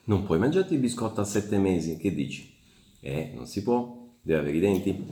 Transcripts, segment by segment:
Non puoi mangiarti il biscotto a 7 mesi, che dici? Non si può, devi avere i denti.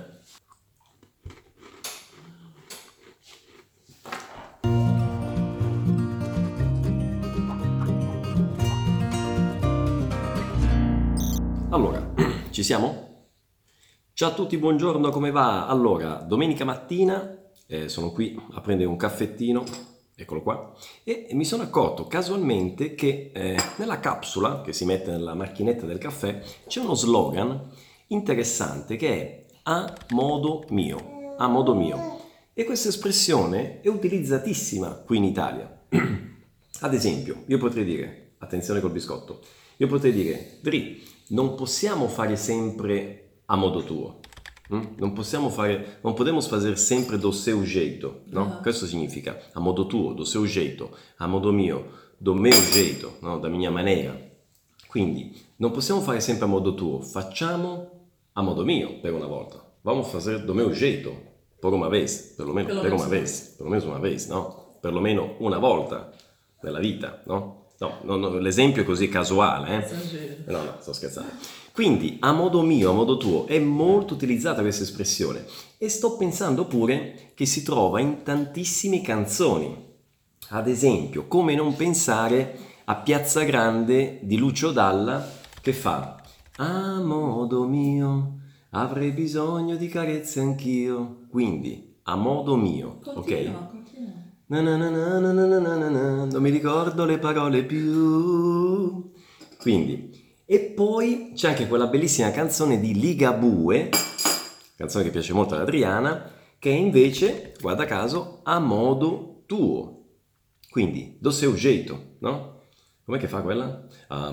Allora, ci siamo? Ciao a tutti, buongiorno, come va? Allora, domenica mattina sono qui a prendere un caffettino, eccolo qua, e mi sono accorto casualmente che nella capsula che si mette nella macchinetta del caffè c'è uno slogan interessante che è a modo mio, a modo mio. E questa espressione è utilizzatissima qui in Italia. Ad esempio, io potrei dire, attenzione col biscotto, io potrei dire, Dri, non possiamo fare sempre a modo tuo. Non podemos fazer sempre do seu jeito, no? Questo significa a modo tuo, do seu jeito, a modo mio, do meu jeito, no? Da mia maniera. Quindi non possiamo fare sempre a modo tuo, facciamo a modo mio per una volta. Vamos fazer do meu jeito, por uma vez, per una vez, perlomeno una vez, no? Perlomeno una volta nella vita, no? No, l'esempio è così casuale, No, sto scherzando. Quindi, a modo mio, a modo tuo, è molto utilizzata questa espressione e sto pensando pure che si trova in tantissime canzoni. Ad esempio, come non pensare a Piazza Grande di Lucio Dalla che fa a modo mio avrei bisogno di carezze anch'io. Quindi, a modo mio, Continua, ok? continua. Na na na na na na na na na na, non mi ricordo le parole più. Quindi, e poi c'è anche quella bellissima canzone di Ligabue, canzone che piace molto ad Adriana, che è invece, guarda caso, a modo tuo. Quindi, do seu jeito, no? Com'è che fa quella? A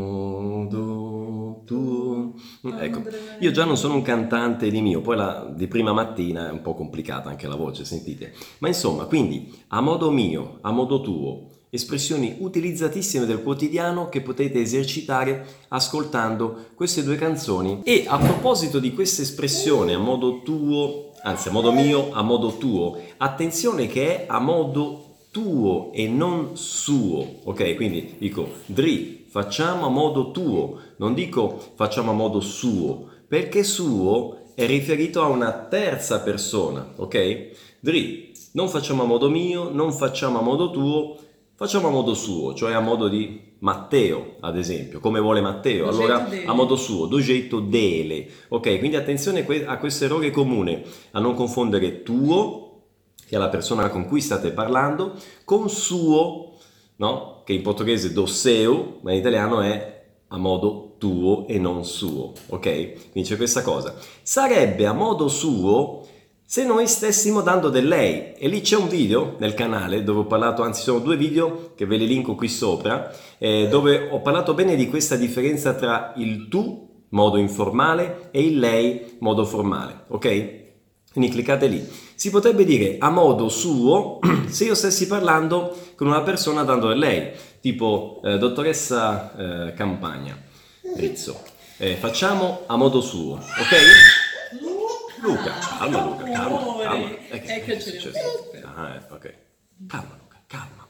modo tuo. Ecco, io già non sono un cantante di mio, poi la di prima mattina è un po' complicata anche la voce, sentite. Ma insomma, quindi a modo mio, a modo tuo, espressioni utilizzatissime del quotidiano che potete esercitare ascoltando queste due canzoni. E a proposito di questa espressione a modo tuo, anzi a modo mio, a modo tuo, attenzione che è a modo tuo e non suo, ok? Quindi dico, Dri, facciamo a modo tuo, non dico facciamo a modo suo, perché suo è riferito a una terza persona, ok? Dri, non facciamo a modo mio, non facciamo a modo tuo, facciamo a modo suo, cioè a modo di Matteo, ad esempio, come vuole Matteo. Do Allora, jeito dele. a modo suo, do jeito dele. Ok, quindi attenzione a questo errore comune, a non confondere tuo, che è la persona con cui state parlando, con suo, no? Che in portoghese do seu, ma in italiano è a modo tuo e non suo, ok? Quindi c'è questa cosa. Sarebbe a modo suo se noi stessimo dando del lei, e lì c'è un video nel canale dove ho parlato, anzi sono due video che ve li linko qui sopra, dove ho parlato bene di questa differenza tra il tu, modo informale, e il lei, modo formale, ok? Quindi cliccate lì. Si potrebbe dire a modo suo se io stessi parlando con una persona dando del lei, tipo dottoressa Campagna, Rizzo. Facciamo a modo suo, ok? Luca, calma Luca, calma, Amore, calma. che è ce ne successo? Ok. Calma Luca, calma.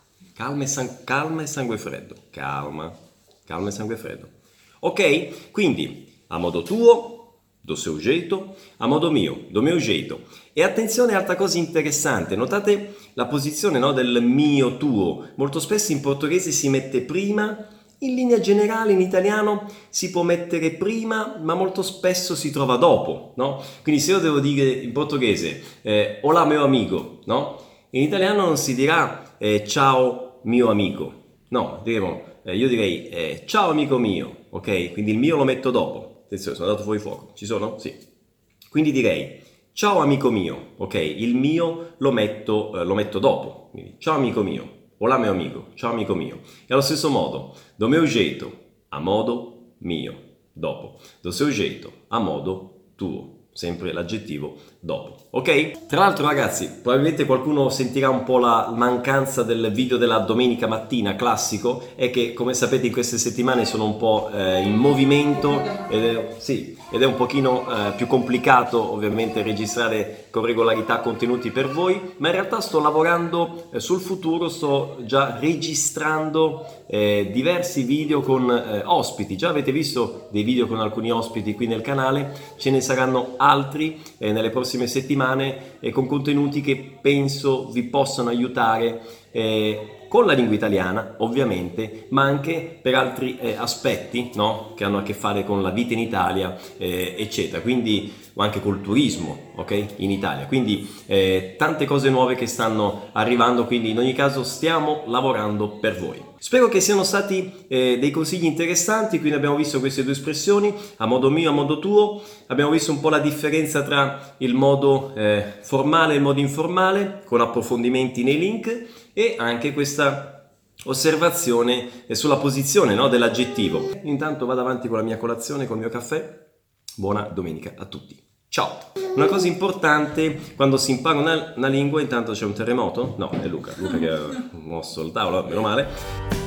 Calma e sangue freddo. Calma e sangue freddo. Ok? Quindi, a modo tuo, do seu jeito, a modo mio, do meu jeito. E attenzione, altra cosa interessante, notate la posizione, no, del mio, tuo. Molto spesso in portoghese si mette prima, in linea generale in italiano si può mettere prima, ma molto spesso si trova dopo, no? Quindi se io devo dire in portoghese olá meu amigo, no? In italiano non si dirà ciao mio amico, no, io direi ciao amico mio, ok? Quindi il mio lo metto dopo. Attenzione, sono andato fuori fuoco. Ci sono? Sì. Quindi direi ciao amico mio, ok? Il mio lo metto dopo. Quindi ciao amico mio. Olá meu amigo. Ciao amico mio. E allo stesso modo, do meu jeito, a modo mio, dopo. Do seu jeito, a modo tuo. sempre l'aggettivo dopo, ok? Tra l'altro ragazzi, probabilmente qualcuno sentirà un po' la mancanza del video della domenica mattina classico, è che come sapete in queste settimane sono un po' in movimento ed è un pochino più complicato ovviamente registrare con regolarità contenuti per voi, ma in realtà sto lavorando sul futuro, sto già registrando diversi video con ospiti. Già avete visto dei video con alcuni ospiti qui nel canale, ce ne saranno altri nelle prossime settimane con contenuti che penso vi possano aiutare con la lingua italiana ovviamente, ma anche per altri aspetti, no? Che hanno a che fare con la vita in Italia eccetera, quindi o anche col turismo, ok? In Italia, quindi tante cose nuove che stanno arrivando, quindi in ogni caso stiamo lavorando per voi. Spero che siano stati dei consigli interessanti. Quindi abbiamo visto queste due espressioni, a modo mio, a modo tuo, abbiamo visto un po' la differenza tra il modo formale e il modo informale, con approfondimenti nei link, e anche questa osservazione sulla posizione, no, dell'aggettivo. Intanto vado avanti con la mia colazione, col mio caffè. Buona domenica a tutti. Ciao! Una cosa importante quando si impara una lingua, intanto c'è un terremoto? No, è Luca che ha mosso il tavolo, meno male.